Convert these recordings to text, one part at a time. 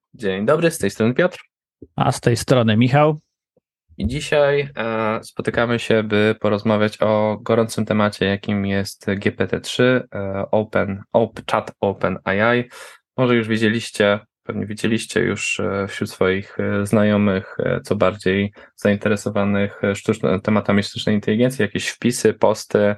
Dzień dobry, z tej strony Piotr. A z tej strony Michał. I dzisiaj spotykamy się, by porozmawiać o gorącym temacie, jakim jest GPT-3, Chat OpenAI. Może już widzieliście, pewnie widzieliście już wśród swoich znajomych, co bardziej zainteresowanych tematami sztucznej inteligencji, jakieś wpisy, posty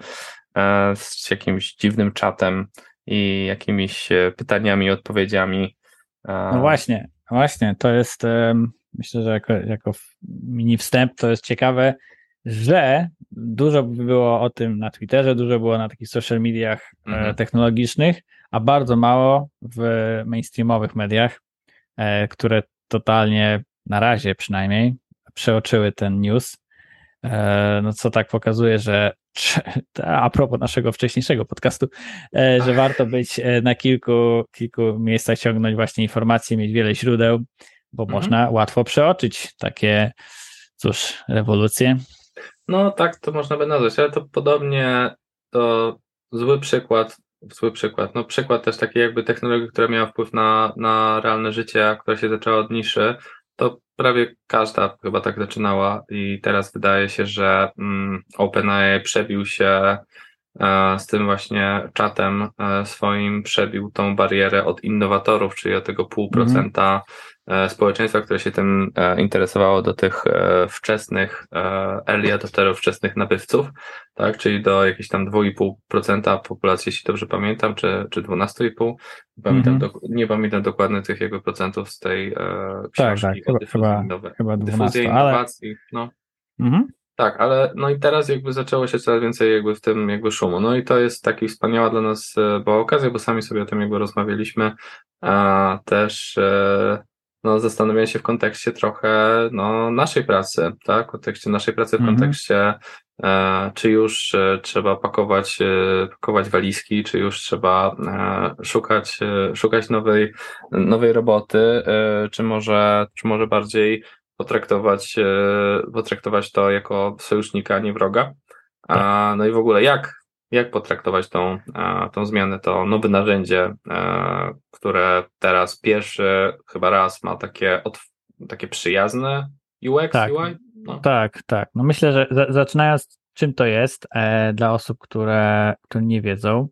z jakimś dziwnym czatem i jakimiś pytaniami, odpowiedziami. No E, właśnie, to jest, myślę, że jako mini wstęp to jest ciekawe, że dużo było o tym na Twitterze, dużo było na takich social mediach mhm. technologicznych, a bardzo mało w mainstreamowych mediach, które totalnie, na razie przynajmniej, przeoczyły ten news. No co tak pokazuje, że a propos naszego wcześniejszego podcastu, że warto być na kilku miejscach, ciągnąć właśnie informacje, mieć wiele źródeł, bo Mhm. można łatwo przeoczyć takie, cóż, rewolucje. No tak to można by nazwać, ale to podobnie to zły przykład, no przykład też takiej jakby technologii, która miała wpływ na realne życie, a która się zaczęła od niszy, to prawie każda chyba tak zaczynała i teraz wydaje się, że OpenAI przebił się z tym właśnie czatem swoim, przebił tą barierę od innowatorów, czyli od tego 0,5% społeczeństwa, które się tym interesowało, do tych wczesnych early adopterów, wczesnych nabywców, tak, czyli do jakieś tam 2,5% populacji, jeśli dobrze pamiętam, czy 12,5%. Nie pamiętam dokładnie tych jakby procentów z tej Tak, książki o dyfuzji, chyba dyfuzji 12, ale innowacji, no. mhm, Tak, ale no i teraz jakby zaczęło się coraz więcej jakby w tym jakby szumu. No i to jest taki wspaniała dla nas była okazja, bo sami sobie o tym jakby rozmawialiśmy, a też no zastanawiałem się w kontekście trochę no naszej pracy, tak, w kontekście naszej pracy, w mhm. kontekście czy już trzeba pakować walizki, czy już trzeba szukać nowej roboty, czy może bardziej potraktować to jako sojusznika, nie wroga. Tak. No i w ogóle jak potraktować tą zmianę, to nowe narzędzie, które teraz pierwszy chyba raz ma takie przyjazne UX, Tak, UI? No. tak. No myślę, że zaczynając, czym to jest dla osób, które nie wiedzą.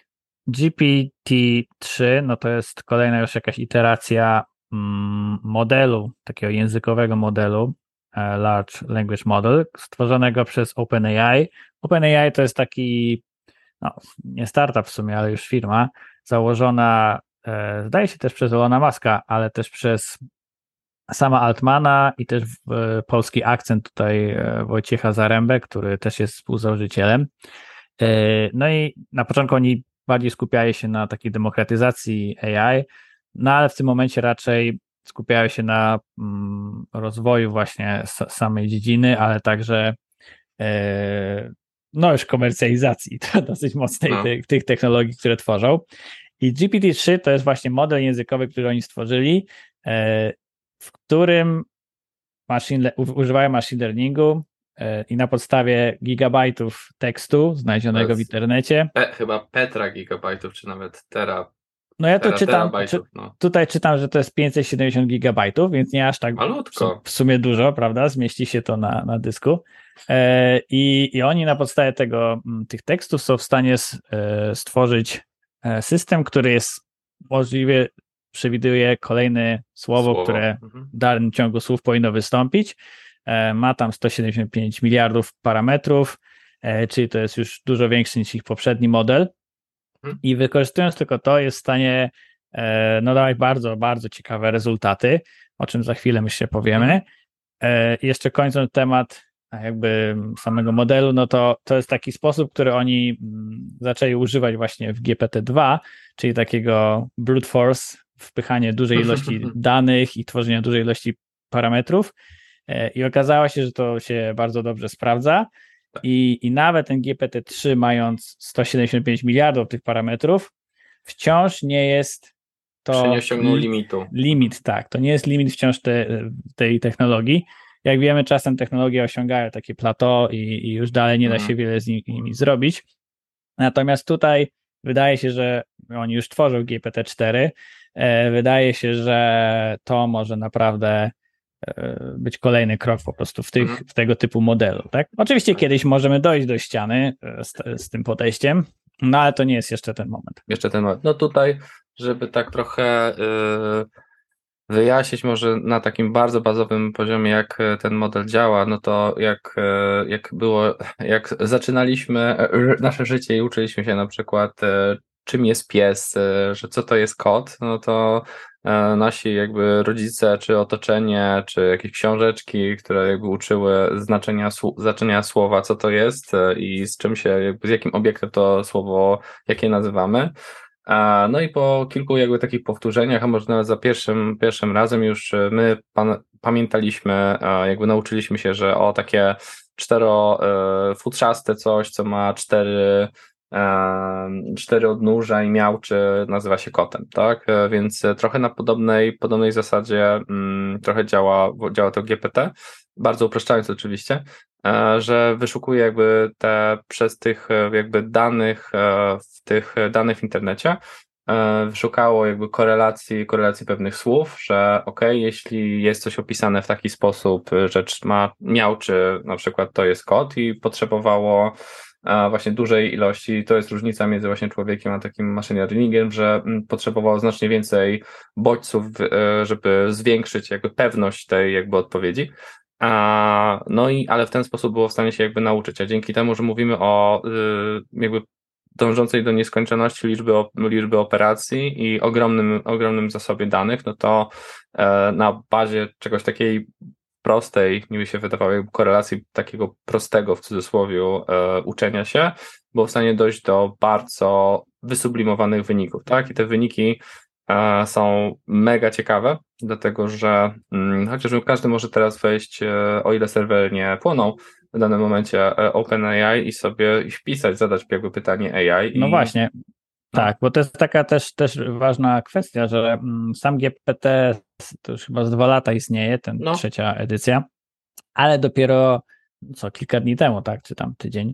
GPT-3, no to jest kolejna już jakaś iteracja modelu, takiego językowego modelu, Large Language Model, stworzonego przez OpenAI. OpenAI to jest taki, no nie startup w sumie, ale już firma, założona, zdaje się też przez Elona Muska, ale też przez sama Altmana i też polski akcent tutaj Wojciecha Zarębę, który też jest współzałożycielem. No i na początku oni bardziej skupiali się na takiej demokratyzacji AI, no ale w tym momencie raczej skupiają się na rozwoju właśnie samej dziedziny, ale także no już komercjalizacji dosyć mocnej No. tych technologii, które tworzą. I GPT-3 to jest właśnie model językowy, który oni stworzyli, w którym używają machine learningu i na podstawie gigabajtów tekstu znalezionego w internecie. Chyba petra gigabajtów, czy nawet No ja to czytam, terabajtów, no. tutaj czytam, że to jest 570 gigabajtów, więc nie aż tak Malutko. w sumie dużo, prawda? Zmieści się to na dysku. I oni na podstawie tych tekstów są w stanie stworzyć system, który jest możliwie przewiduje kolejne słowo, Słowo. które Mhm. w danym ciągu słów powinno wystąpić. Ma tam 175 miliardów parametrów, czyli to jest już dużo większy niż ich poprzedni model. Mhm. I wykorzystując tylko to, jest w stanie no, dawać bardzo, bardzo ciekawe rezultaty, o czym za chwilę myślę powiemy. Jeszcze kończąc temat jakby samego modelu, no to jest taki sposób, który oni zaczęli używać właśnie w GPT-2, czyli takiego brute force, wpychanie dużej ilości danych i tworzenia dużej ilości parametrów. I okazało się, że to się bardzo dobrze sprawdza. I nawet ten GPT-3, mając 175 miliardów tych parametrów, wciąż nie jest Jeszcze nie to osiągnął limitu. limit, tak, to nie jest limit wciąż tej technologii. Jak wiemy, czasem technologie osiągają takie plateau i już dalej nie da się wiele z nimi zrobić. Natomiast tutaj wydaje się, że oni już tworzą GPT-4, wydaje się, że to może naprawdę być kolejny krok po prostu w tego typu modelu, tak? Oczywiście kiedyś możemy dojść do ściany z tym podejściem, no ale to nie jest jeszcze ten moment. No tutaj, żeby tak trochę wyjaśnić może na takim bardzo bazowym poziomie, jak ten model działa, no to jak zaczynaliśmy nasze życie i uczyliśmy się na przykład czym jest pies, że co to jest kot, no to nasi jakby rodzice, czy otoczenie, czy jakieś książeczki, które jakby uczyły znaczenia słowa, co to jest i z czym się, jakby z jakim obiektem to słowo, jakie nazywamy. No i po kilku jakby takich powtórzeniach, a może nawet za pierwszym razem już my pamiętaliśmy, jakby nauczyliśmy się, że takie czterofutrzaste coś, co ma cztery odnóża i miauczy, nazywa się kotem, tak? Więc trochę na podobnej zasadzie trochę działa to GPT, bardzo upraszczając oczywiście, że wyszukuje jakby przez tych jakby danych w internecie, wyszukało jakby korelacji pewnych słów, że jeśli jest coś opisane w taki sposób, że miauczy, na przykład to jest kot i potrzebowało właśnie dużej ilości, to jest różnica między właśnie człowiekiem a takim machine learningiem, że potrzebowało znacznie więcej bodźców, żeby zwiększyć jakby pewność tej jakby odpowiedzi. Ale w ten sposób było w stanie się jakby nauczyć, a dzięki temu, że mówimy o jakby dążącej do nieskończoności liczby operacji i ogromnym zasobie danych, no to na bazie czegoś takiej prostej, niby się wydawało, jakby korelacji takiego prostego w cudzysłowie uczenia się, było w stanie dojść do bardzo wysublimowanych wyników, tak? I te wyniki są mega ciekawe, dlatego że chociaż każdy może teraz wejść, o ile serwery nie płoną w danym momencie OpenAI i sobie wpisać, zadać jakby pytanie AI. No właśnie, tak, bo to jest taka też ważna kwestia, że sam GPT to już chyba z 2 lata istnieje, trzecia edycja, ale dopiero kilka dni temu, tak, czy tam tydzień,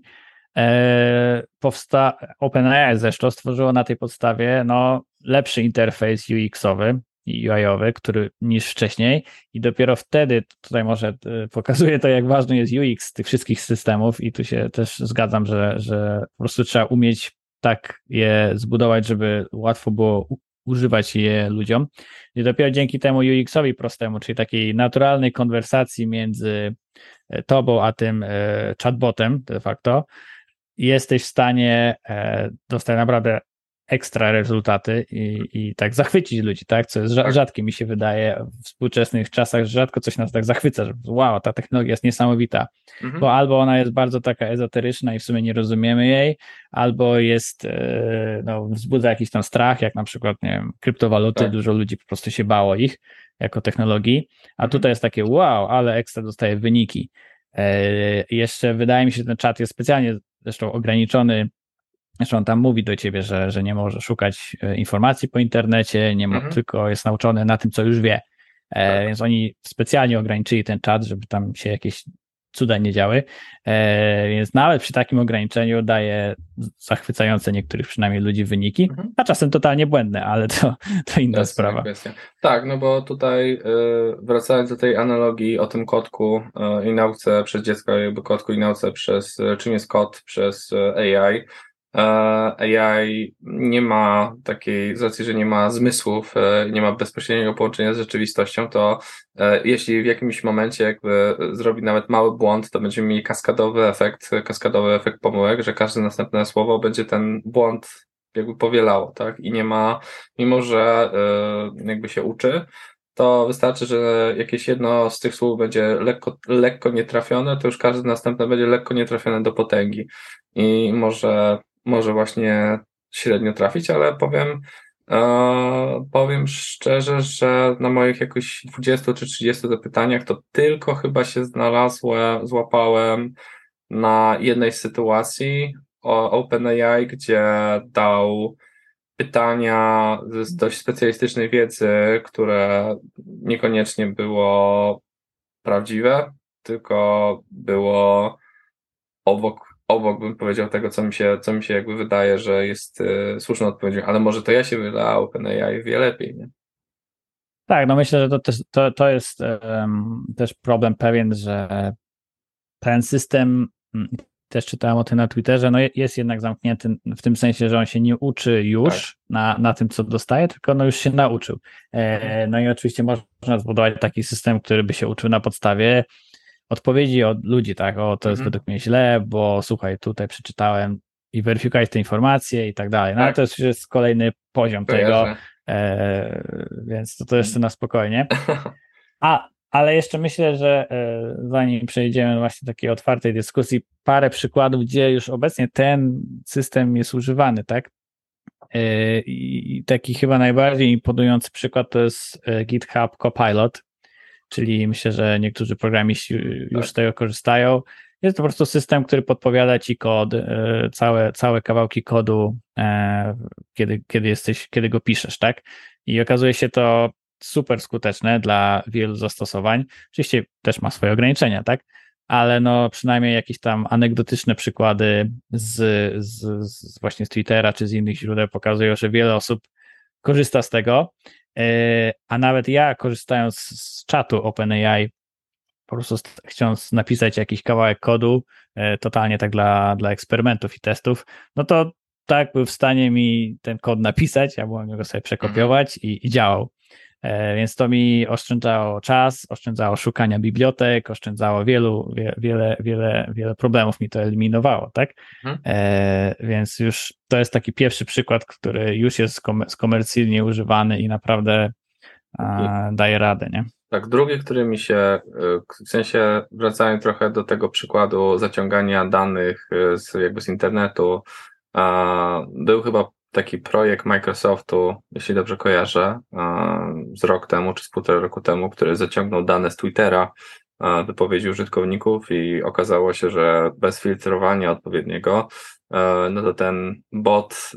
OpenAI zresztą stworzyło na tej podstawie lepszy interfejs UX-owy i UI-owy, niż wcześniej i dopiero wtedy, tutaj może pokazuje to, jak ważny jest UX tych wszystkich systemów i tu się też zgadzam, że po prostu trzeba umieć tak je zbudować, żeby łatwo było używać je ludziom. I dopiero dzięki temu UX-owi prostemu, czyli takiej naturalnej konwersacji między tobą a tym chatbotem de facto, jesteś w stanie dostać naprawdę ekstra rezultaty i tak zachwycić ludzi, tak? Co jest rzadkie, mi się wydaje, w współczesnych czasach, że rzadko coś nas tak zachwyca, że wow, ta technologia jest niesamowita, bo albo ona jest bardzo taka ezoteryczna i w sumie nie rozumiemy jej, albo jest, wzbudza jakiś tam strach, jak na przykład, nie wiem, kryptowaluty, dużo ludzi po prostu się bało ich jako technologii, a tutaj jest takie wow, ale ekstra dostaje wyniki. Jeszcze wydaje mi się, że ten czat jest specjalnie zresztą ograniczony. Zresztą on tam mówi do ciebie, że nie może szukać informacji po internecie, tylko jest nauczony na tym, co już wie. Więc oni specjalnie ograniczyli ten czat, żeby tam się jakieś cuda nie działy. Więc nawet przy takim ograniczeniu daje zachwycające niektórych przynajmniej ludzi wyniki, a czasem totalnie błędne, ale to inna sprawa. Kwestia. Tak, no bo tutaj wracając do tej analogii o tym kotku i nauce przez dziecko, jakby kotku i nauce czym jest kot przez AI. AI nie ma takiej, z racji, że nie ma zmysłów, nie ma bezpośredniego połączenia z rzeczywistością, to jeśli w jakimś momencie jakby zrobi nawet mały błąd, to będziemy mieli kaskadowy efekt pomyłek, że każde następne słowo będzie ten błąd jakby powielało, tak? I nie ma, mimo że jakby się uczy, to wystarczy, że jakieś jedno z tych słów będzie lekko nietrafione, to już każde następne będzie lekko nietrafione do potęgi. I może właśnie średnio trafić, ale powiem szczerze, że na moich jakoś 20 czy 30 zapytaniach to tylko chyba się złapałem na jednej sytuacji o OpenAI, gdzie dał pytania z dość specjalistycznej wiedzy, które niekoniecznie było prawdziwe, tylko było obok, bym powiedział, tego, co mi się jakby wydaje, że jest słuszną odpowiedzią, ale może to ja się mylę, a OpenAI wie lepiej, nie? Tak, no myślę, że to jest też problem pewien, że ten system, też czytałem o tym na Twitterze, no jest jednak zamknięty w tym sensie, że on się nie uczy już Tak. na tym, co dostaje, tylko no już się nauczył. No i oczywiście można zbudować taki system, który by się uczył na podstawie odpowiedzi od ludzi, tak, o to jest Mhm. według mnie źle, bo słuchaj, tutaj przeczytałem i weryfikować te informacje i tak dalej. No ale to Tak, jest kolejny poziom tego, kojarzę. więc to jeszcze na spokojnie. Ale jeszcze myślę, że zanim przejdziemy właśnie do takiej otwartej dyskusji, parę przykładów, gdzie już obecnie ten system jest używany, tak? I taki chyba najbardziej imponujący przykład to jest GitHub Copilot, czyli myślę, że niektórzy programiści już Tak. z tego korzystają. Jest to po prostu system, który podpowiada ci kod, całe kawałki kodu, kiedy go piszesz, tak? I okazuje się to super skuteczne dla wielu zastosowań. Oczywiście też ma swoje ograniczenia, tak? Ale no przynajmniej jakieś tam anegdotyczne przykłady właśnie z Twittera czy z innych źródeł pokazują, że wiele osób korzysta z tego, a nawet ja korzystając z czatu OpenAI, po prostu chcąc napisać jakiś kawałek kodu, totalnie tak dla eksperymentów i testów, no to tak był w stanie mi ten kod napisać, ja mogłem go sobie przekopiować i działał. Więc to mi oszczędzało czas, oszczędzało szukania bibliotek, oszczędzało wiele problemów mi to eliminowało, tak? Mhm. Więc już to jest taki pierwszy przykład, który już jest komercyjnie używany i naprawdę daje radę, nie? Tak, drugi, który mi się, w sensie wracając trochę do tego przykładu zaciągania danych z internetu, był chyba taki projekt Microsoftu, jeśli dobrze kojarzę, z rok temu czy z półtora roku temu, który zaciągnął dane z Twittera, wypowiedzi użytkowników i okazało się, że bez filtrowania odpowiedniego, no to ten bot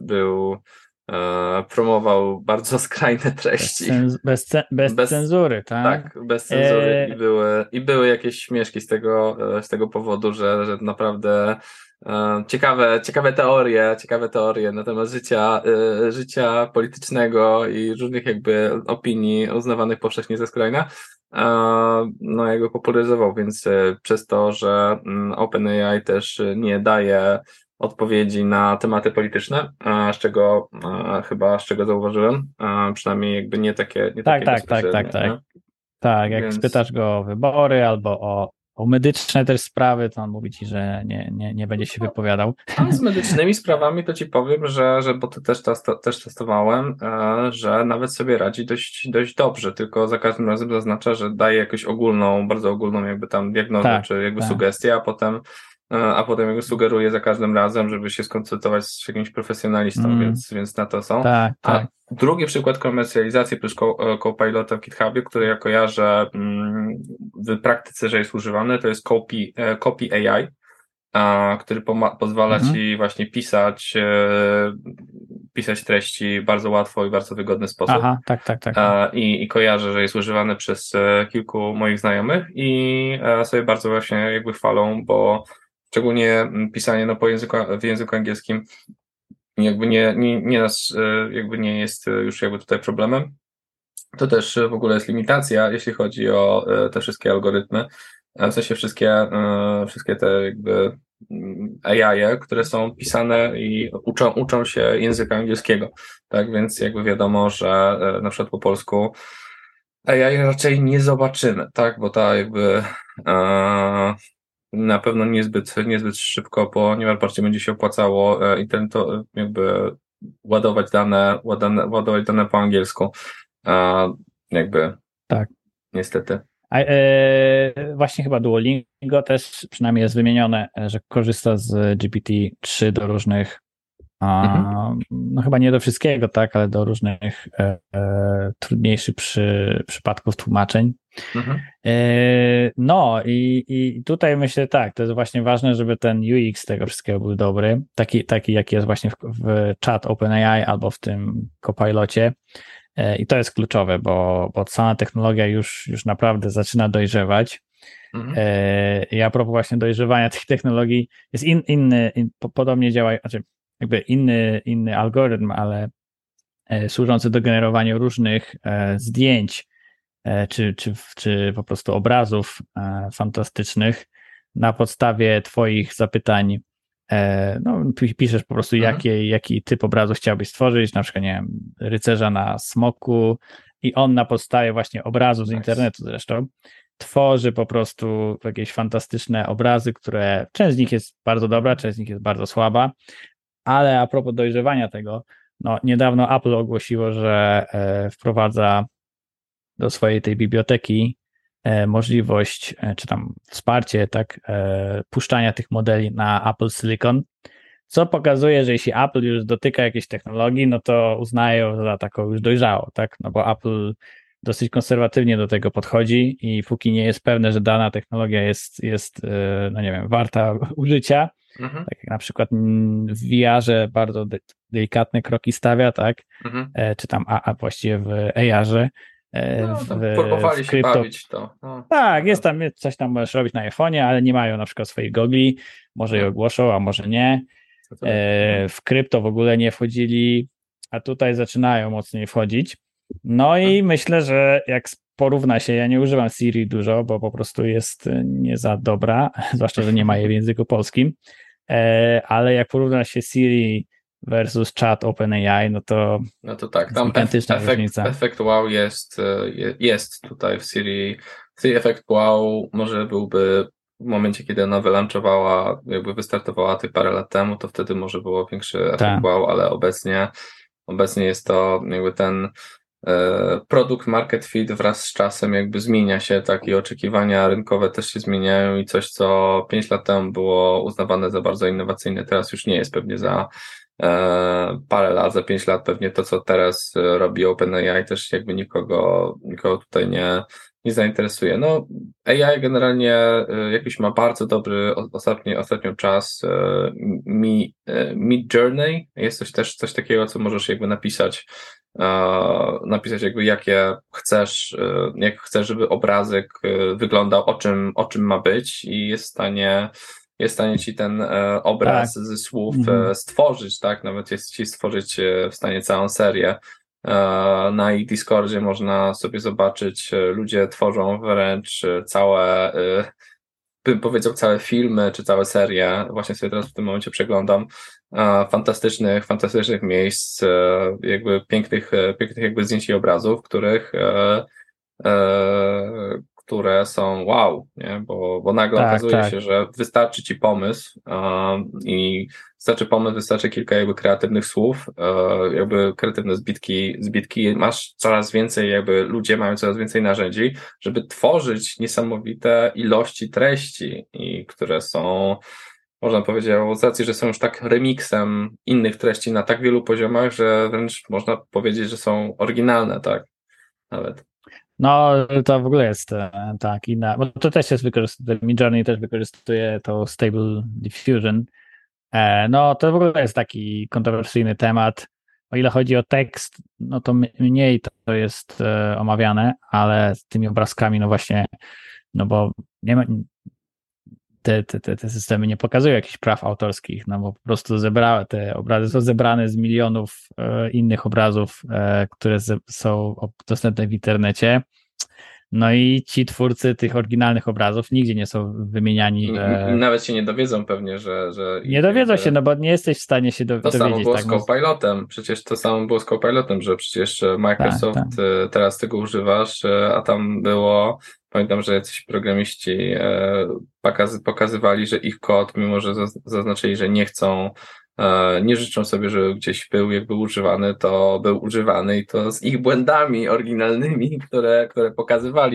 promował bardzo skrajne treści. Bez cenzury, tak? Tak, bez cenzury i były jakieś śmieszki z tego powodu, że naprawdę ciekawe teorie na temat życia politycznego i różnych jakby opinii uznawanych powszechnie za skrajne, no ja go popularyzował, więc przez to, że OpenAI też nie daje odpowiedzi na tematy polityczne, z czego zauważyłem, przynajmniej jakby nie takie Tak. bezpośrednie, nie? Tak, jak Więc spytasz go o wybory albo o medyczne też sprawy, to on mówi ci, że nie będzie się wypowiadał. a z medycznymi sprawami to ci powiem, że bo to też testowałem, że nawet sobie radzi dość dobrze, tylko za każdym razem zaznacza, że daje jakąś bardzo ogólną jakby tam diagnozę, Tak, czy jakby tak. sugestię, a potem jakby sugeruje za każdym razem, żeby się skonsultować z jakimś profesjonalistą, więc na to są. Tak. A drugi przykład komercjalizacji plus Copilota w GitHubie, który ja kojarzę w praktyce, że jest używany, to jest Copy AI, który pozwala ci właśnie pisać treści bardzo łatwo i bardzo wygodny sposób. Aha, tak. I kojarzę, że jest używany przez kilku moich znajomych i sobie bardzo właśnie jakby chwalą, bo szczególnie pisanie w języku angielskim jakby jakby nie jest już jakby tutaj problemem. To też w ogóle jest limitacja, jeśli chodzi o te wszystkie algorytmy, w sensie wszystkie te jakby AI, które są pisane i uczą się języka angielskiego. Tak więc jakby wiadomo, że na przykład po polsku AI raczej nie zobaczymy, tak, bo ta jakby na pewno niezbyt szybko, ponieważ bardziej będzie się opłacało jakby ładować dane po angielsku. Jakby tak. niestety. Właśnie chyba Duolingo też przynajmniej jest wymienione, że korzysta z GPT-3 do różnych, no chyba nie do wszystkiego, tak, ale do różnych trudniejszych przypadków tłumaczeń. No i tutaj myślę tak, to jest właśnie ważne, żeby ten UX tego wszystkiego był dobry, taki jaki jest właśnie w chat OpenAI albo w tym Copilocie. I to jest kluczowe, bo sama technologia już naprawdę zaczyna dojrzewać. Mhm. I a propos właśnie dojrzewania tych technologii, jest podobnie działa, znaczy jakby inny algorytm, ale służący do generowania różnych zdjęć, czy po prostu obrazów fantastycznych na podstawie twoich zapytań. No, piszesz po prostu, jaki typ obrazu chciałbyś stworzyć, na przykład, nie wiem, rycerza na smoku, i on na podstawie właśnie obrazów z internetu zresztą tworzy po prostu jakieś fantastyczne obrazy, które część z nich jest bardzo dobra, część z nich jest bardzo słaba, ale a propos dojrzewania tego, no niedawno Apple ogłosiło, że wprowadza do swojej tej biblioteki możliwość, czy tam wsparcie, tak, puszczania tych modeli na Apple Silicon, co pokazuje, że jeśli Apple już dotyka jakiejś technologii, no to uznaje ją za taką już dojrzałą, tak, no bo Apple dosyć konserwatywnie do tego podchodzi i póki nie jest pewne, że dana technologia jest no nie wiem, warta użycia, tak jak na przykład w VR-ze bardzo delikatne kroki stawia, tak, czy tam a właściwie w AR-ze, No, tam próbowali się bawić to. No, tak, jest tam, coś tam możesz robić na iPhone'ie, ale nie mają na przykład swoich gogli, może je ogłoszą, a może nie. W krypto w ogóle nie wchodzili, a tutaj zaczynają mocniej wchodzić. No i myślę, że jak porówna się, ja nie używam Siri dużo, bo po prostu jest nie za dobra, zwłaszcza, że nie ma jej w języku polskim, ale jak porówna się Siri versus chat OpenAI, no to tak, tam gigantyczna różnica. efekt wow jest tutaj w Siri. Efekt wow może byłby w momencie, kiedy ona wylanczowała, jakby wystartowała tych parę lat temu, to wtedy może było większy efekt wow, ale obecnie jest to jakby ten produkt market fit wraz z czasem jakby zmienia się, tak, i oczekiwania rynkowe też się zmieniają i coś, co 5 lat temu było uznawane za bardzo innowacyjne, teraz już nie jest pewnie za parę lat, za 5 lat pewnie to, co teraz robi OpenAI, też jakby nikogo tutaj nie zainteresuje. No, AI generalnie jakiś ma bardzo dobry ostatnio czas. Mid Journey jest coś takiego, co możesz jakby napisać jakby jak chcesz, żeby obrazek wyglądał, o czym ma być, i jest w stanie ci ten obraz ze słów stworzyć, tak? Nawet jest ci stworzyć w stanie całą serię. Na ich Discordzie można sobie zobaczyć, ludzie tworzą wręcz bym powiedział, całe filmy czy całe serie. Właśnie sobie teraz w tym momencie przeglądam fantastycznych miejsc, jakby pięknych jakby zdjęć i obrazów, które są wow, nie? Bo nagle okazuje się, że wystarczy ci pomysł i wystarczy kilka jakby kreatywnych słów, jakby kreatywne zbitki, masz coraz więcej, jakby ludzie mają coraz więcej narzędzi, żeby tworzyć niesamowite ilości treści, i które są, można powiedzieć, z racji, że są już tak remixem innych treści na tak wielu poziomach, że wręcz można powiedzieć, że są oryginalne, tak? Nawet. No, to w ogóle jest tak inna, bo to też jest Midjourney też wykorzystuje to Stable Diffusion. No, to w ogóle jest taki kontrowersyjny temat. O ile chodzi o tekst, no to mniej to jest omawiane, ale z tymi obrazkami, no właśnie, no bo nie ma, te systemy nie pokazują jakichś praw autorskich, no bo po prostu te obrazy są zebrane z milionów innych obrazów, które są dostępne w internecie. No i ci twórcy tych oryginalnych obrazów nigdzie nie są wymieniani. Nawet się nie dowiedzą pewnie, że nie dowiedzą się, no bo nie jesteś w stanie się dowiedzieć. To samo było z Copilotem. Przecież to samo było z Copilotem, że przecież Microsoft teraz tego używasz, a tam było, pamiętam, że jacyś programiści pokazywali, że ich kod, mimo że zaznaczyli, że nie życzą sobie, żeby gdzieś był jakby używany, to był używany, i to z ich błędami oryginalnymi, które pokazywali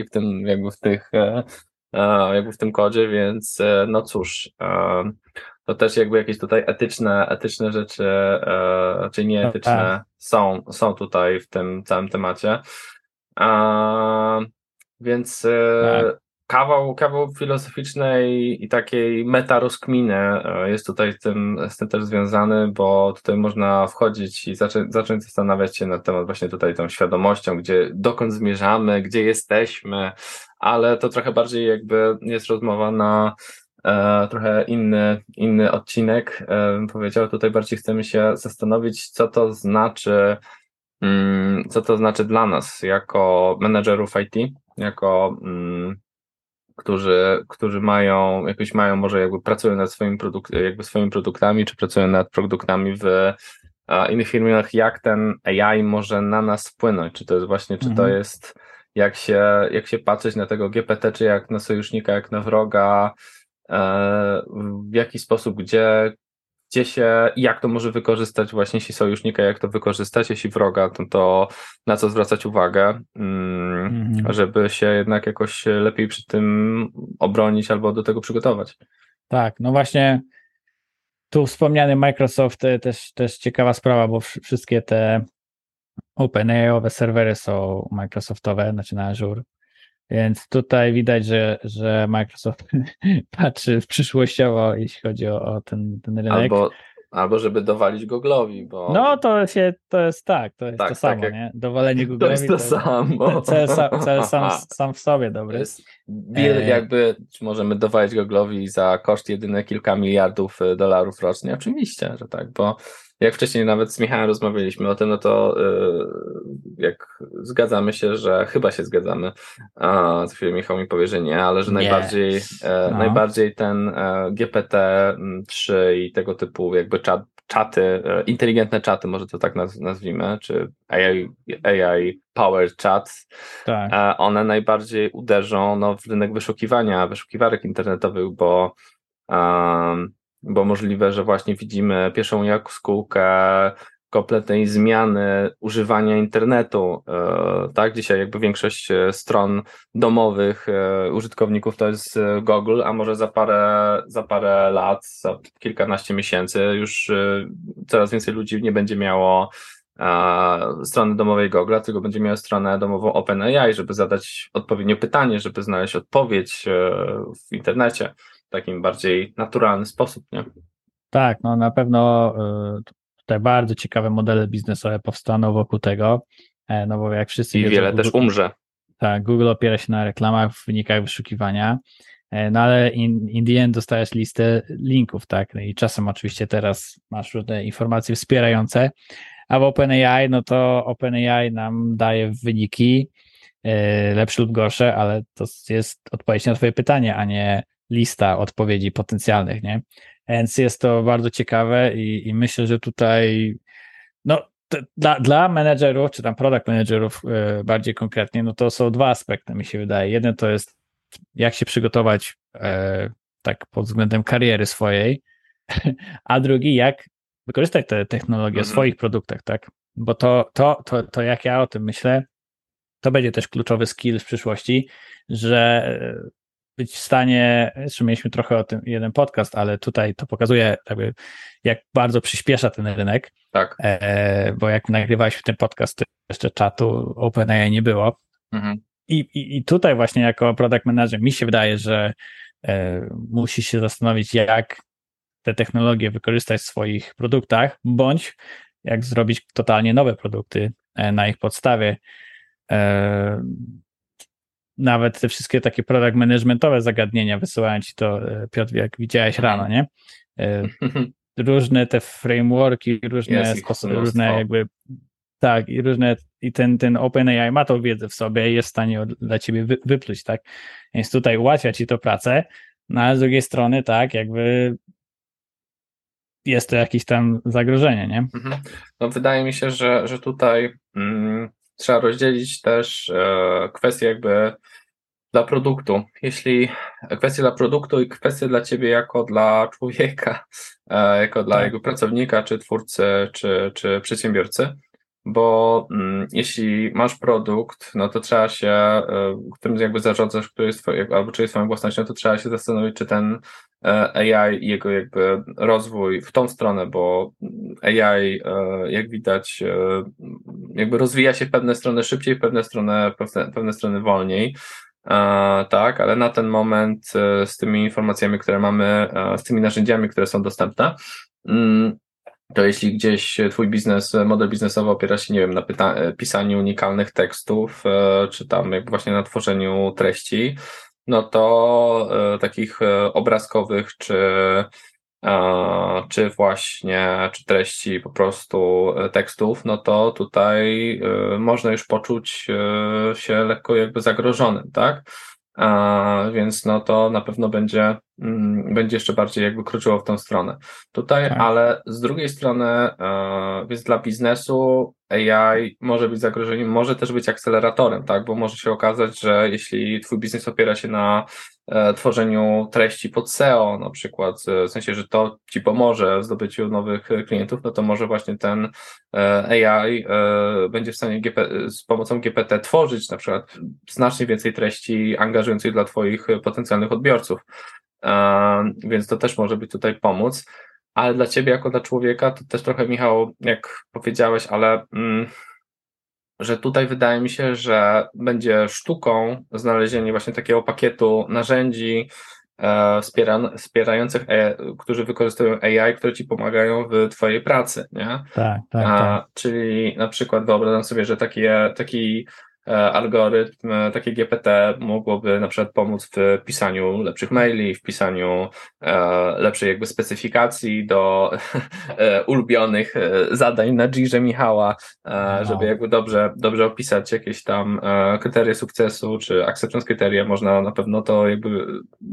jakby w tym kodzie, więc no cóż, to też jakby jakieś tutaj etyczne rzeczy, czy nieetyczne są tutaj w tym całym temacie. Więc kawał filozoficznej i takiej meta-rozkminy jest tutaj z tym też związany, bo tutaj można wchodzić i zacząć zastanawiać się nad temat właśnie tutaj tą świadomością, dokąd zmierzamy, gdzie jesteśmy, ale to trochę bardziej jakby jest rozmowa na trochę inny odcinek, bym powiedział. Tutaj bardziej chcemy się zastanowić, co to znaczy dla nas jako menedżerów IT, jako którzy mają może jakby pracują nad swoimi produktami, czy pracują nad produktami w innych firmach, jak ten AI może na nas wpłynąć, czy to jest właśnie, czy to jest jak się patrzeć na tego GPT, czy jak na sojusznika, jak na wroga, w jaki sposób, jak to może wykorzystać właśnie, jeśli sojusznika, jak to wykorzystać, jeśli wroga, to na co zwracać uwagę, żeby się jednak jakoś lepiej przy tym obronić albo do tego przygotować. Tak, no właśnie tu wspomniany Microsoft też ciekawa sprawa, bo wszystkie te OpenAI-owe serwery są Microsoftowe, znaczy na Azure, więc tutaj widać, że Microsoft patrzy przyszłościowo, jeśli chodzi o ten rynek. Albo żeby dowalić Google'owi, bo... No to jest to samo, jak... nie? Dowalenie Google'owi to jest to samo. Cel sam w sobie dobry. To jest jakby, czy możemy dowalić Google'owi za koszt jedyne kilka miliardów dolarów rocznie? Oczywiście, że tak, bo jak wcześniej nawet z Michałem rozmawialiśmy o tym, no to jak zgadzamy się, że chyba się zgadzamy, a za chwilę Michał mi powie, że nie, ale że najbardziej ten GPT-3 i tego typu jakby czaty, inteligentne czaty, może to tak nazwijmy, czy AI powered chats, tak. One najbardziej uderzą w rynek wyszukiwarek internetowych, bo możliwe, że właśnie widzimy pierwszą jaskółkę kompletnej zmiany używania internetu. Tak, dzisiaj jakby większość stron domowych użytkowników to jest Google, a może za parę lat, za kilkanaście miesięcy już coraz więcej ludzi nie będzie miało strony domowej Google, tylko będzie miało stronę domową OpenAI, żeby zadać odpowiednie pytanie, żeby znaleźć odpowiedź w internecie w takim bardziej naturalny sposób, nie? Tak, no na pewno tutaj bardzo ciekawe modele biznesowe powstaną wokół tego, no bo jak wszyscy wiedzą, wiele też umrze. Tak, Google opiera się na reklamach w wynikach wyszukiwania, no ale in the end dostajesz listę linków, tak, no i czasem oczywiście teraz masz różne informacje wspierające, a w OpenAI, no to OpenAI nam daje wyniki lepsze lub gorsze, ale to jest odpowiedź na twoje pytanie, a nie lista odpowiedzi potencjalnych, nie? Więc jest to bardzo ciekawe i myślę, że tutaj no dla menedżerów, czy tam product managerów bardziej konkretnie, no to są dwa aspekty, mi się wydaje. Jeden to jest jak się przygotować tak pod względem kariery swojej, a drugi jak wykorzystać te technologie w swoich produktach, tak? Bo to jak ja o tym myślę, to będzie też kluczowy skill w przyszłości, że być w stanie, jeszcze mieliśmy trochę o tym jeden podcast, ale tutaj to pokazuje jakby, jak bardzo przyspiesza ten rynek, tak. Bo jak nagrywaliśmy ten podcast, to jeszcze czatu OpenAI nie było. I tutaj właśnie jako product manager mi się wydaje, że musi się zastanowić, jak te technologie wykorzystać w swoich produktach, bądź jak zrobić totalnie nowe produkty na ich podstawie. Nawet te wszystkie takie product managementowe zagadnienia wysyłałem ci to, Piotr, jak widziałeś rano, nie? Różne te frameworki, różne sposoby, różne jakby tak, i różne, i ten OpenAI ma tą wiedzę w sobie i jest w stanie dla ciebie wypluć, tak? Więc tutaj ułatwia ci to pracę, no ale z drugiej strony, tak, jakby jest to jakieś tam zagrożenie, nie? No wydaje mi się, że tutaj trzeba rozdzielić też kwestie jakby dla produktu. Jeśli kwestie dla produktu i kwestie dla ciebie jako dla człowieka, jako dla jego pracownika, czy twórcy, czy przedsiębiorcy, bo jeśli masz produkt, no to trzeba się, którym jakby zarządzasz, który jest albo czy jest twoją własnością, to trzeba się zastanowić, czy ten AI i jego jakby rozwój w tą stronę, bo AI, jak widać, jakby rozwija się w pewne strony szybciej, w pewne strony wolniej. Tak, ale na ten moment z tymi informacjami, które mamy, z tymi narzędziami, które są dostępne, to jeśli gdzieś twój model biznesowy opiera się, nie wiem, na pisaniu unikalnych tekstów, czy tam jakby właśnie na tworzeniu treści, no to takich obrazkowych, czy treści po prostu tekstów, no to tutaj można już poczuć się lekko jakby zagrożonym, tak? Więc no to na pewno będzie jeszcze bardziej jakby kroczyło w tą stronę. Tutaj, Tak. ale z drugiej strony, więc dla biznesu AI może być zagrożeniem, może też być akceleratorem, tak? Bo może się okazać, że jeśli twój biznes opiera się na tworzeniu treści pod SEO, na przykład, w sensie, że to ci pomoże w zdobyciu nowych klientów, no to może właśnie ten AI będzie w stanie z pomocą GPT tworzyć na przykład znacznie więcej treści angażujących dla twoich potencjalnych odbiorców. Więc to też może być tutaj pomóc. Ale dla ciebie, jako dla człowieka, to też trochę, Michał, jak powiedziałeś, ale że tutaj wydaje mi się, że będzie sztuką znalezienie właśnie takiego pakietu narzędzi wspierających, którzy wykorzystują AI, które ci pomagają w twojej pracy, nie? Tak. Czyli na przykład wyobrażam sobie, że taki algorytm, takie GPT mogłoby na przykład pomóc w pisaniu lepszych maili, w pisaniu lepszej jakby specyfikacji do ulubionych zadań na Jirze Michała, żeby jakby dobrze opisać jakieś tam kryteria sukcesu, czy acceptance kryteria, można na pewno to jakby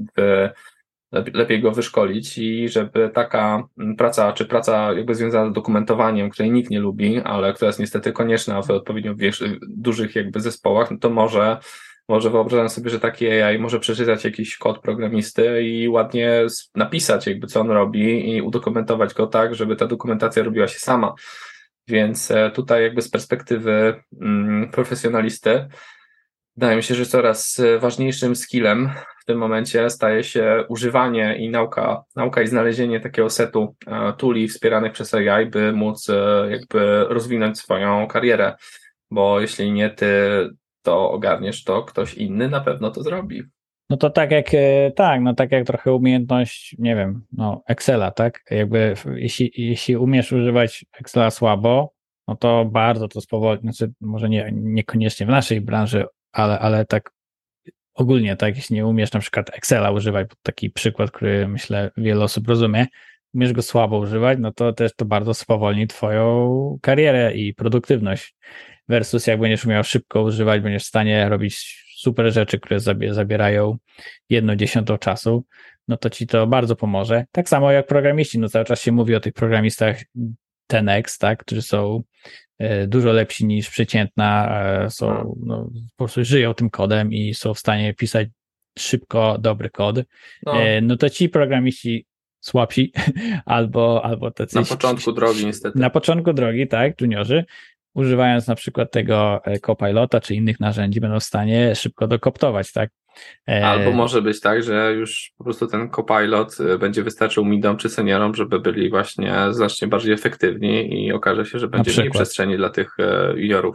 lepiej go wyszkolić i żeby taka praca jakby związana z dokumentowaniem, której nikt nie lubi, ale która jest niestety konieczna w odpowiednio dużych jakby zespołach, no to może wyobrażam sobie, że taki AI może przeczytać jakiś kod programisty i ładnie napisać jakby co on robi i udokumentować go tak, żeby ta dokumentacja robiła się sama. Więc tutaj jakby z perspektywy profesjonalisty wydaje mi się, że coraz ważniejszym skillem w tym momencie staje się używanie i nauka i znalezienie takiego setu tooli wspieranych przez AI, by móc jakby rozwinąć swoją karierę, bo jeśli nie ty to ogarniesz, to ktoś inny na pewno to zrobi. No to tak jak trochę umiejętność, nie wiem, no Excela, tak? Jakby jeśli umiesz używać Excela słabo, no to bardzo to spowolni, znaczy może niekoniecznie w naszej branży, ale tak ogólnie, tak, jeśli nie umiesz na przykład Excela używać, taki przykład, który myślę wiele osób rozumie, umiesz go słabo używać, no to też to bardzo spowolni twoją karierę i produktywność versus jak będziesz umiał szybko używać, będziesz w stanie robić super rzeczy, które zabierają 1/10 czasu, no to ci to bardzo pomoże. Tak samo jak programiści, no cały czas się mówi o tych programistach 10X, tak, którzy są dużo lepsi niż przeciętna, no, po prostu żyją tym kodem i są w stanie pisać szybko dobry kod, no to ci programiści słabsi albo tacy... Na początku drogi niestety. Na początku drogi, tak, juniorzy, używając na przykład tego Copilota czy innych narzędzi, będą w stanie szybko dokoptować, tak? Albo może być tak, że już po prostu ten Copilot będzie wystarczył midom czy seniorom, żeby byli właśnie znacznie bardziej efektywni i okaże się, że będzie mniej przestrzeni dla tych juniorów.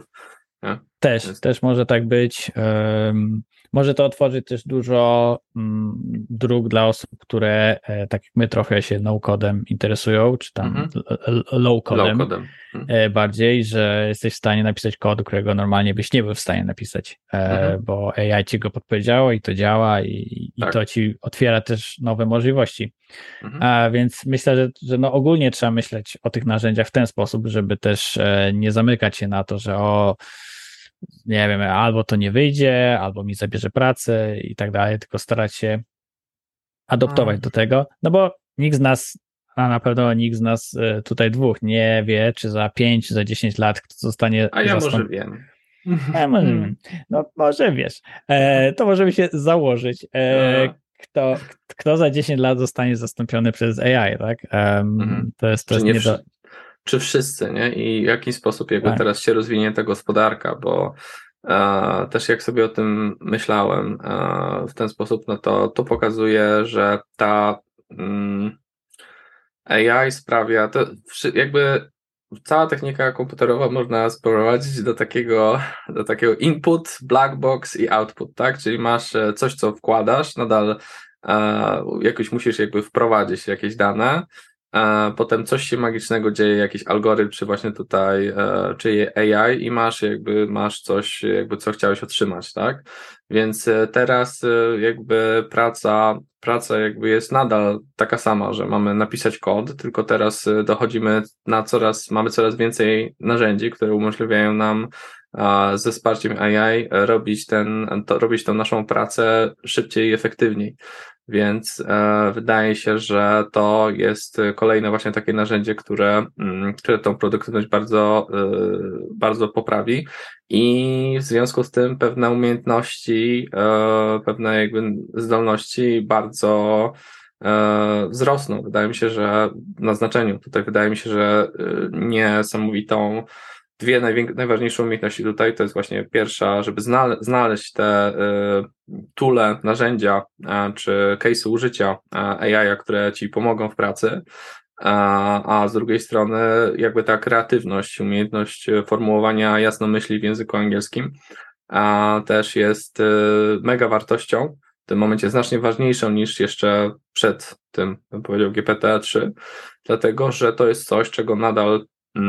Też może tak być. Może to otworzyć też dużo dróg dla osób, które tak jak my trochę się no-codem interesują, czy tam low-codem bardziej, że jesteś w stanie napisać kod, którego normalnie byś nie był w stanie napisać, bo AI ci go podpowiedziało i to działa i to ci otwiera też nowe możliwości. A więc myślę, że no ogólnie trzeba myśleć o tych narzędziach w ten sposób, żeby też nie zamykać się na to, że nie wiem, albo to nie wyjdzie, albo mi zabierze pracę i tak dalej, tylko starać się adoptować do tego, no bo nikt z nas, a na pewno nikt z nas tutaj dwóch nie wie, czy za 5, za 10 lat kto zostanie... A ja może wiem. No może wiesz, to możemy się założyć, kto za 10 lat zostanie zastąpiony przez AI, tak? To jest czy wszyscy, nie? I w jaki sposób jakby teraz się rozwinie ta gospodarka, bo też jak sobie o tym myślałem w ten sposób, no to pokazuje, że ta AI sprawia, to jakby cała technika komputerowa można sprowadzić do takiego input, black box i output, tak? Czyli masz coś, co wkładasz, nadal jakoś musisz jakby wprowadzić jakieś dane, potem coś się magicznego dzieje, jakiś algorytm, czy właśnie tutaj, czy AI i masz coś, jakby co chciałeś otrzymać, tak? Więc teraz jakby praca jakby jest nadal taka sama, że mamy napisać kod, tylko teraz mamy coraz więcej narzędzi, które umożliwiają nam ze wsparciem AI robić tą naszą pracę szybciej i efektywniej. Więc wydaje się, że to jest kolejne właśnie takie narzędzie, które tą produktywność bardzo poprawi i w związku z tym pewne umiejętności, pewne jakby zdolności bardzo wzrosną. Wydaje mi się, że na znaczeniu tutaj wydaje mi się, że niesamowitą dwie najważniejsze umiejętności tutaj to jest właśnie pierwsza, żeby znaleźć te toole, narzędzia czy case'y użycia AI, które ci pomogą w pracy, a z drugiej strony jakby ta kreatywność, umiejętność formułowania jasnomyśli w języku angielskim też jest mega wartością, w tym momencie znacznie ważniejszą niż jeszcze przed tym, bym powiedział, GPT-3, dlatego że to jest coś, czego nadal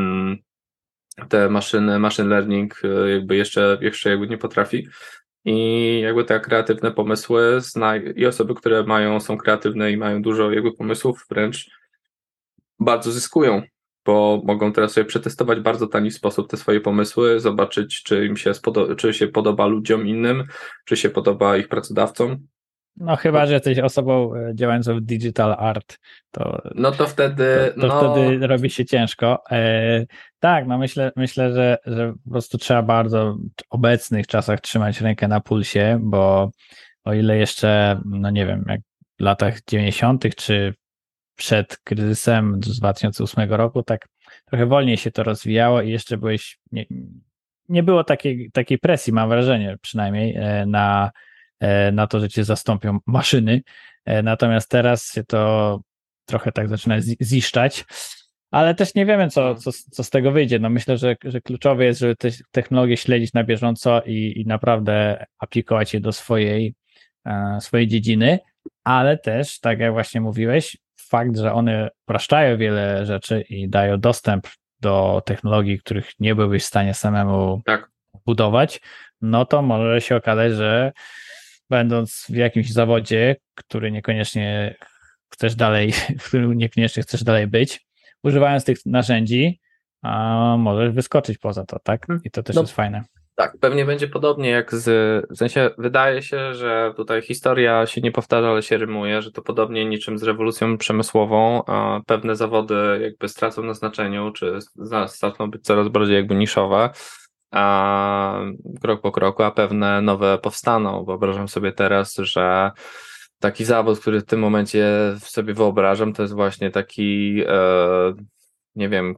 te machine learning jakby jeszcze jakby nie potrafi. I jakby te kreatywne pomysły i osoby, które są kreatywne i mają dużo jakby pomysłów, wręcz bardzo zyskują, bo mogą teraz sobie przetestować w bardzo tani sposób te swoje pomysły, zobaczyć, czy się podoba ludziom innym, czy się podoba ich pracodawcom. No chyba, że jesteś osobą działającą w digital art, to, No to wtedy, to wtedy robi się ciężko. Tak, no myślę, że po prostu trzeba bardzo w obecnych czasach trzymać rękę na pulsie, bo o ile jeszcze, no nie wiem, jak w latach 90. czy przed kryzysem z 2008 roku, tak trochę wolniej się to rozwijało i jeszcze nie było takiej presji, mam wrażenie, przynajmniej na to, że cię zastąpią maszyny. Natomiast teraz się to trochę tak zaczyna ziszczać, ale też nie wiemy, co z tego wyjdzie. No myślę, że kluczowe jest, żeby te technologie śledzić na bieżąco i naprawdę aplikować je do swojej dziedziny, ale też, tak jak właśnie mówiłeś, fakt, że one upraszczają wiele rzeczy i dają dostęp do technologii, których nie byłbyś w stanie samemu budować, no to może się okazać, że będąc w jakimś zawodzie, w którym niekoniecznie chcesz dalej być, używając tych narzędzi, możesz wyskoczyć poza to, tak? I to też jest fajne. Tak, pewnie będzie podobnie w sensie wydaje się, że tutaj historia się nie powtarza, ale się rymuje, że to podobnie niczym z rewolucją przemysłową, pewne zawody jakby stracą na znaczeniu, czy zaczną być coraz bardziej jakby niszowe, krok po kroku, a pewne nowe powstaną. Wyobrażam sobie teraz, że taki zawód, który w tym momencie sobie wyobrażam, to jest właśnie taki nie wiem,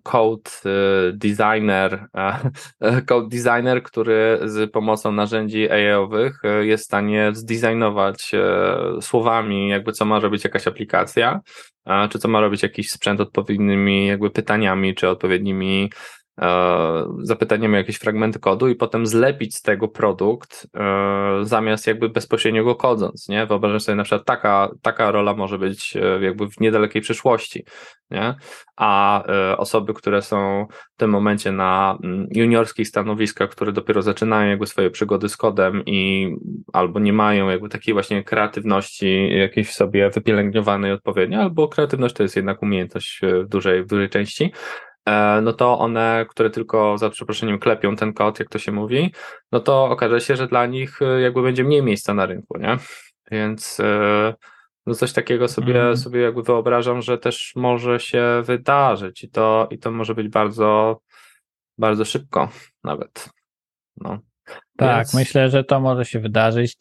code designer, który z pomocą narzędzi AI-owych jest w stanie zdesignować słowami, jakby co ma robić jakaś aplikacja, czy co ma robić jakiś sprzęt odpowiednimi jakby pytaniami, czy odpowiednimi zapytaniami o jakieś fragmenty kodu i potem zlepić z tego produkt zamiast jakby bezpośrednio go kodząc, nie? Wyobrażam sobie na przykład taka rola może być jakby w niedalekiej przyszłości, nie? A osoby, które są w tym momencie na juniorskich stanowiskach, które dopiero zaczynają jakby swoje przygody z kodem i albo nie mają jakby takiej właśnie kreatywności jakiejś w sobie wypielęgnowanej odpowiednio, albo kreatywność to jest jednak umiejętność w dużej części, no to one, które tylko za przeproszeniem klepią ten kod, jak to się mówi, no to okaże się, że dla nich jakby będzie mniej miejsca na rynku, nie? Więc no coś takiego sobie jakby wyobrażam, że też może się wydarzyć i to może być bardzo, bardzo szybko nawet. No. Tak, Więc... myślę, że to może się wydarzyć,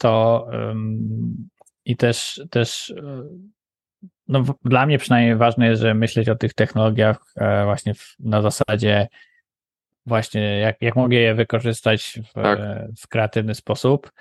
i też no, dla mnie przynajmniej ważne jest, że myśleć o tych technologiach właśnie na zasadzie właśnie jak mogę je wykorzystać w kreatywny sposób.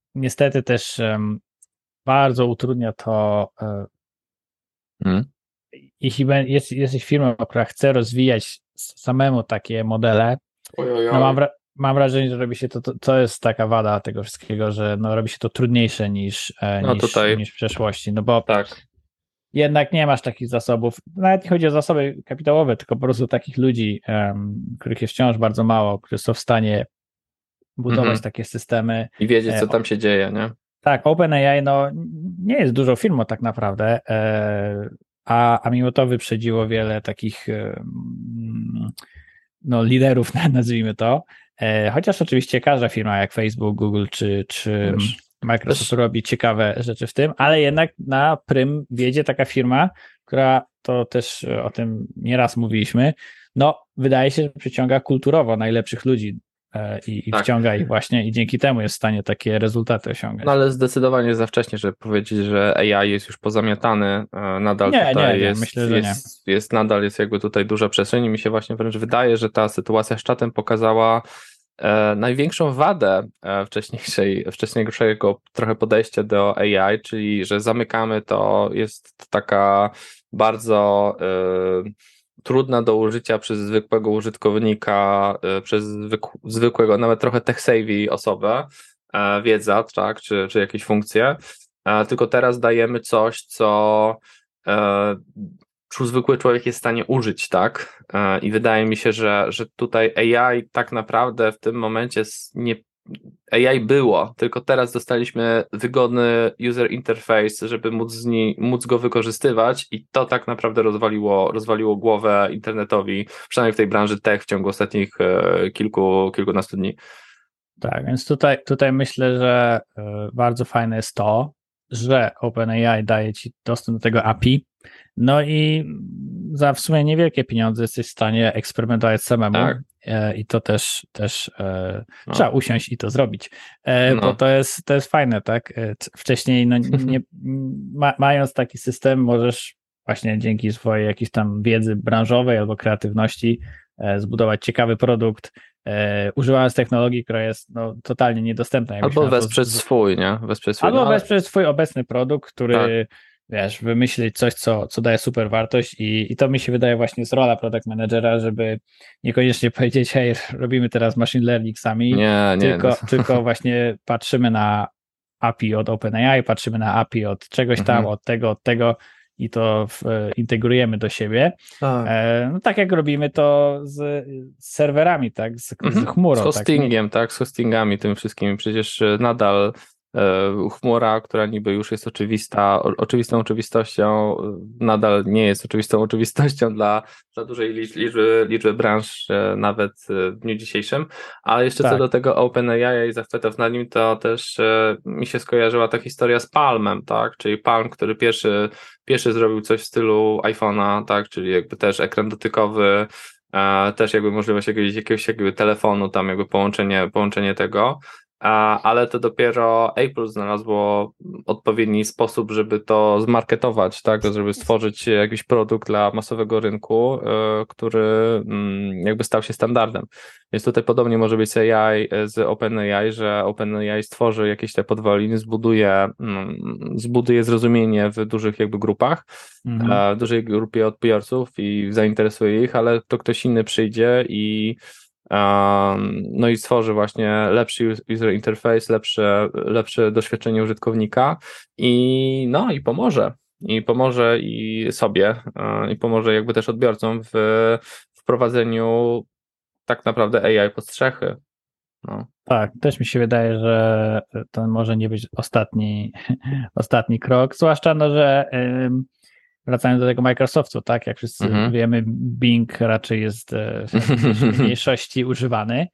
Niestety też bardzo utrudnia to jesteś firmą, która chce rozwijać samemu takie modele, no mam wrażenie, że robi się to jest taka wada tego wszystkiego, że no robi się to trudniejsze No tutaj niż w przeszłości, no bo tak. jednak nie masz takich zasobów, nawet nie chodzi o zasoby kapitałowe, tylko po prostu takich ludzi, których jest wciąż bardzo mało, którzy są w stanie budować takie systemy. I wiedzieć, co tam się dzieje, nie? Tak, OpenAI no, nie jest dużą firmą tak naprawdę, a mimo to wyprzedziło wiele takich no, liderów, nazwijmy to, chociaż oczywiście każda firma jak Facebook, Google czy Microsoft robi ciekawe rzeczy w tym, ale jednak na prym wiedzie taka firma, która, to też o tym nieraz mówiliśmy, no wydaje się, że przyciąga kulturowo najlepszych ludzi i wciąga ich właśnie i dzięki temu jest w stanie takie rezultaty osiągać. No ale zdecydowanie za wcześnie, żeby powiedzieć, że AI jest już pozamiatany, nadal tutaj myślę, że nadal jest jakby tutaj duża przestrzeń i mi się właśnie wręcz wydaje, że ta sytuacja z czatem pokazała największą wadę wcześniejszego trochę podejścia do AI, czyli że zamykamy to, jest taka bardzo trudna do użycia przez zwykłego użytkownika, przez zwykłego, nawet trochę tech-savvy osobę, wiedza, tak, czy jakieś funkcje, tylko teraz dajemy coś, co zwykły człowiek jest w stanie użyć, tak, i wydaje mi się, że tutaj AI tak naprawdę w tym momencie AI było, tylko teraz dostaliśmy wygodny user interface, żeby móc go wykorzystywać i to tak naprawdę rozwaliło głowę internetowi, przynajmniej w tej branży tech w ciągu ostatnich kilkunastu dni. Tak, więc tutaj myślę, że bardzo fajne jest to, że OpenAI daje ci dostęp do tego API, no i za w sumie niewielkie pieniądze jesteś w stanie eksperymentować samemu. Tak. I to też trzeba usiąść i to zrobić, bo to jest fajne, tak? Wcześniej mając taki system możesz właśnie dzięki swojej jakiejś tam wiedzy branżowej albo kreatywności zbudować ciekawy produkt, używając technologii, która jest totalnie niedostępna. Albo wesprzeć swój, nie? Wesprzeć swój obecny produkt, który wiesz, wymyślić coś, co daje super wartość i to mi się wydaje właśnie jest rola product managera, żeby niekoniecznie powiedzieć, hej, robimy teraz machine learning sami, tylko właśnie patrzymy na API od OpenAI, patrzymy na API od czegoś tam, od tego i to integrujemy do siebie. Tak jak robimy to z serwerami, tak, z chmurą. Z hostingiem, tak, z hostingami, tym wszystkim. Przecież nadal chmura, która niby już jest oczywistą oczywistością, nadal nie jest oczywistą oczywistością dla dużej liczby branż, nawet w dniu dzisiejszym, ale jeszcze co do tego OpenAI i zachwytów nad nim, to też mi się skojarzyła ta historia z Palmem, tak, czyli Palm, który pierwszy zrobił coś w stylu iPhone'a, tak, czyli jakby też ekran dotykowy, też jakby możliwość jakiegoś telefonu, tam jakby połączenie tego, ale to dopiero Apple znalazło odpowiedni sposób, żeby to zmarketować, tak, żeby stworzyć jakiś produkt dla masowego rynku, który jakby stał się standardem. Więc tutaj podobnie może być z OpenAI, że OpenAI stworzy jakieś te podwaliny, zbuduje zrozumienie w dużych jakby grupach, w dużej grupie odbiorców i zainteresuje ich, ale to ktoś inny przyjdzie i stworzy właśnie lepszy user interface, lepsze doświadczenie użytkownika i pomoże. I pomoże i sobie, i pomoże jakby też odbiorcom w wprowadzeniu tak naprawdę AI pod strzechy. Tak, też mi się wydaje, że to może nie być ostatni krok, zwłaszcza, że wracając do tego Microsoftu, tak, jak wszyscy wiemy, Bing raczej jest w mniejszości używany,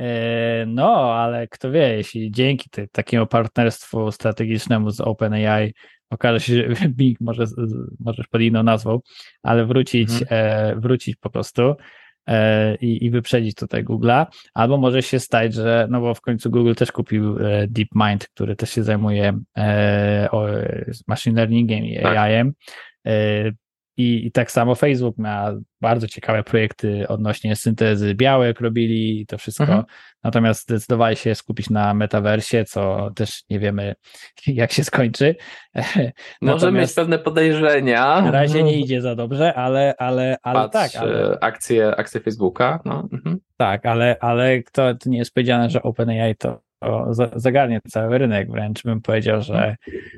ale kto wie, jeśli dzięki takiemu partnerstwu strategicznemu z OpenAI okaże się, że Bing możesz pod inną nazwą, ale wrócić po prostu i wyprzedzić tutaj Google'a, albo może się stać, że, bo w końcu Google też kupił DeepMind, który też się zajmuje machine learningiem i AI-em, I tak samo Facebook ma bardzo ciekawe projekty odnośnie syntezy białek robili i to wszystko. Natomiast zdecydowali się skupić na metaversie, co też nie wiemy, jak się skończy. Może mieć pewne podejrzenia. Na razie nie idzie za dobrze, ale Patrz, tak. Akcje Facebooka. No. Tak, ale to nie jest powiedziane, że OpenAI to zagarnie cały rynek. Wręcz bym powiedział, że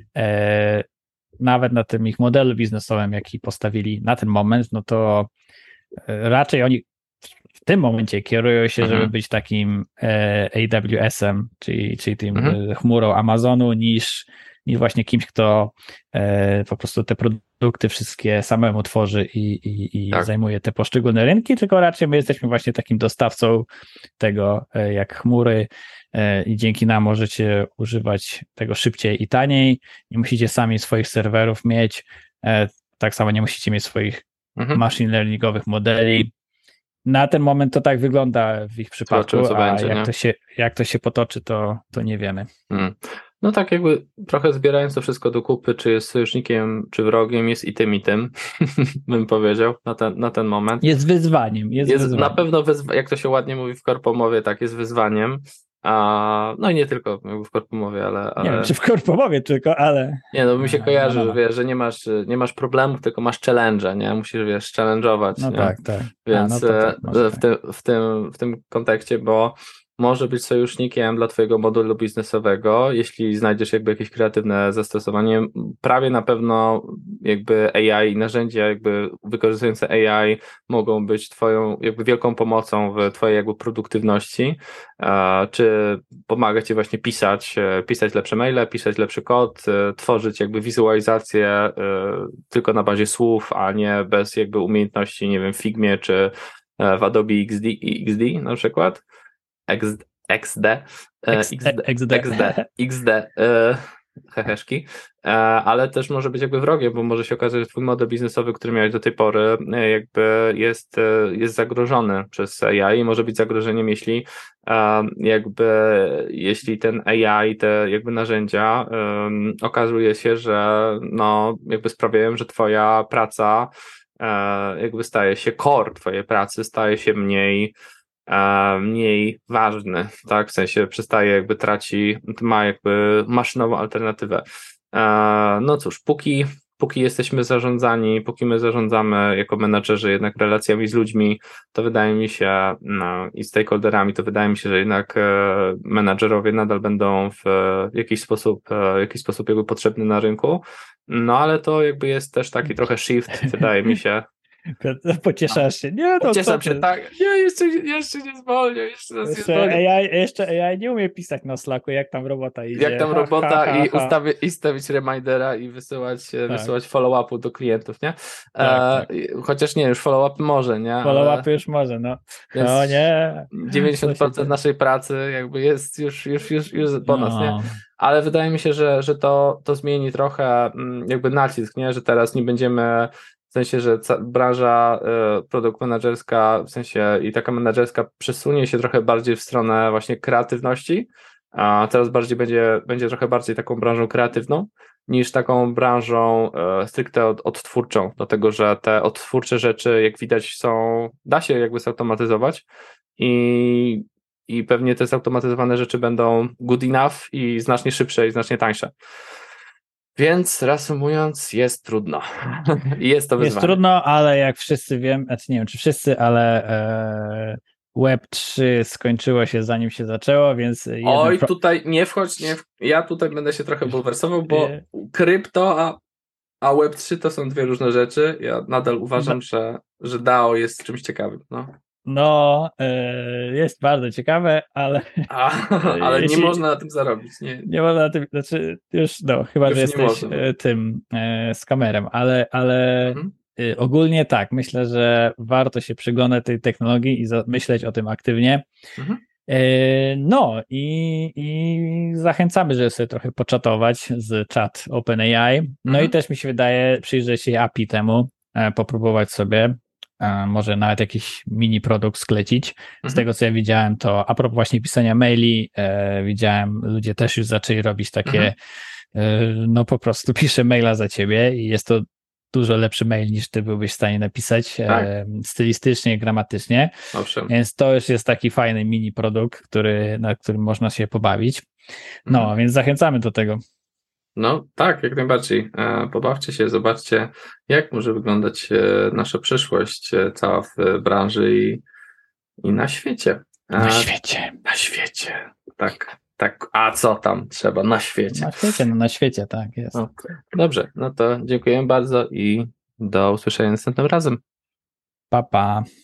nawet na tym ich modelu biznesowym, jaki postawili na ten moment, no to raczej oni w tym momencie kierują się, żeby być takim AWS-em, czyli tym chmurą Amazonu, niż właśnie kimś, kto po prostu te produkty wszystkie samemu tworzy i Tak. zajmuje te poszczególne rynki, tylko raczej my jesteśmy właśnie takim dostawcą tego jak chmury i dzięki nam możecie używać tego szybciej i taniej, nie musicie sami swoich serwerów mieć, tak samo nie musicie mieć swoich machine learningowych modeli. Na ten moment to tak wygląda w ich przypadku, jak to się potoczy, to nie wiemy. No tak jakby trochę zbierając to wszystko do kupy, czy jest sojusznikiem, czy wrogiem, jest i tym, bym powiedział, na ten moment. Jest wyzwaniem. Jest na pewno, jak to się ładnie mówi w korpomowie, tak, jest wyzwaniem. No i nie tylko w korpomowie, ale... Nie wiem, czy w korpomowie tylko, ale... Nie, no mi się kojarzy, że wiesz, że nie masz problemów, tylko masz challenge, nie? Musisz, wiesz, challenge'ować. No nie? tak. Więc w tym kontekście, bo może być sojusznikiem dla twojego modelu biznesowego, jeśli znajdziesz jakby jakieś kreatywne zastosowanie. Prawie na pewno jakby AI, narzędzia jakby wykorzystujące AI mogą być twoją jakby wielką pomocą w twojej jakby produktywności, czy pomaga ci właśnie pisać lepsze maile, pisać lepszy kod, tworzyć jakby wizualizację tylko na bazie słów, a nie bez jakby umiejętności, nie wiem, w Figmie czy w Adobe XD na przykład. XD, heheszki, ale też może być jakby wrogiem, bo może się okazać, że twój model biznesowy, który miałeś do tej pory, jakby jest zagrożony przez AI i może być zagrożeniem, jeśli ten AI, te jakby narzędzia okazuje się, że no jakby sprawiają, że twoja praca jakby staje się core twojej pracy, staje się mniej ważny, tak, w sensie przestaje ma jakby maszynową alternatywę. No cóż, póki jesteśmy zarządzani, póki my zarządzamy jako menadżerzy jednak relacjami z ludźmi, to wydaje mi się, i stakeholderami, to wydaje mi się, że jednak menadżerowie nadal będą w jakiś sposób jakby potrzebni na rynku, no ale to jakby jest też taki trochę shift, wydaje mi się. Pocieszasz się. Nie, Pocieszam się, tak. Nie, jeszcze nie zwolnię. Jeszcze AI nie umie pisać na Slacku, jak tam robota idzie. Jak tam robota i stawić remindera i wysyłać follow-upu do klientów, nie? Tak. Chociaż nie, już follow-up może, nie? Follow-upy już może, no. No nie. 90% naszej pracy jakby jest już po nas, nie? Ale wydaje mi się, że to zmieni trochę jakby nacisk, nie? Że teraz nie będziemy... W sensie, że branża produkt menedżerska, w sensie i taka menedżerska przesunie się trochę bardziej w stronę właśnie kreatywności, a teraz będzie trochę bardziej taką branżą kreatywną niż taką branżą stricte odtwórczą, dlatego że te odtwórcze rzeczy, jak widać, da się jakby zautomatyzować i pewnie te zautomatyzowane rzeczy będą good enough i znacznie szybsze i znacznie tańsze. Więc reasumując, jest trudno. Jest to wyzwanie. Jest trudno, ale jak wszyscy wiemy, znaczy nie wiem czy wszyscy, ale Web3 skończyło się zanim się zaczęło, więc... Tutaj nie wchodź, ja tutaj będę się trochę bulwersował, bo krypto a Web3 to są dwie różne rzeczy. Ja nadal uważam, że DAO jest czymś ciekawym. No, jest bardzo ciekawe, ale... Ale nie można na tym zarobić. Nie można na tym, znaczy już, chyba, że jesteś tym skamerem, ale ogólnie tak, myślę, że warto się przyglądać tej technologii i myśleć o tym aktywnie. No i zachęcamy, żeby sobie trochę poczatować z chat OpenAI. No i też mi się wydaje przyjrzeć się API temu, popróbować sobie. Może nawet jakiś mini produkt sklecić. Z tego, co ja widziałem, to a propos właśnie pisania maili, widziałem, ludzie też już zaczęli robić takie, no po prostu piszę maila za ciebie i jest to dużo lepszy mail niż ty byłbyś w stanie napisać Tak. stylistycznie, gramatycznie. Owszem. Więc to już jest taki fajny mini produkt, na którym można się pobawić. No, więc zachęcamy do tego. No tak, jak najbardziej. Pobawcie się, zobaczcie, jak może wyglądać nasza przyszłość cała w branży i na świecie. Na świecie. Na świecie. Tak, tak. A co tam trzeba na świecie? Na świecie, tak jest. No, dobrze, no to dziękuję bardzo i do usłyszenia następnym razem. Pa, pa.